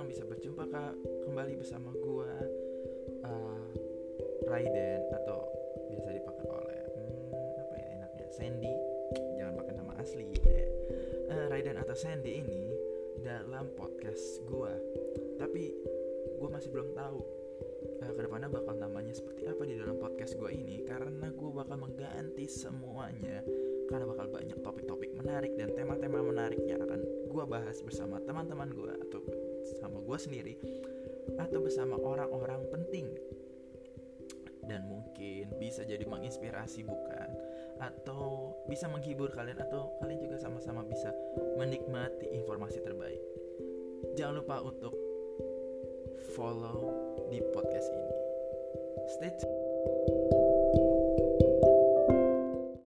senang bisa berjumpa kembali bersama gua, Raiden, atau biasa dipanggil oleh apa ya enaknya, Sandy. Jangan pakai nama asli ya. Raiden atau Sandy ini dalam podcast gua. Tapi gua masih belum tahu kedepannya bakal namanya seperti apa di dalam podcast gua ini, karena gua bakal mengganti semuanya. Karena bakal banyak topik-topik menarik dan tema-tema menarik yang akan gua bahas bersama teman-teman gua, atau sama gua sendiri, atau bersama orang-orang penting. Dan mungkin bisa jadi menginspirasi, bukan? Atau bisa menghibur kalian, atau kalian juga sama-sama bisa menikmati informasi terbaik. Jangan lupa untuk follow di podcast ini. Stay tuned.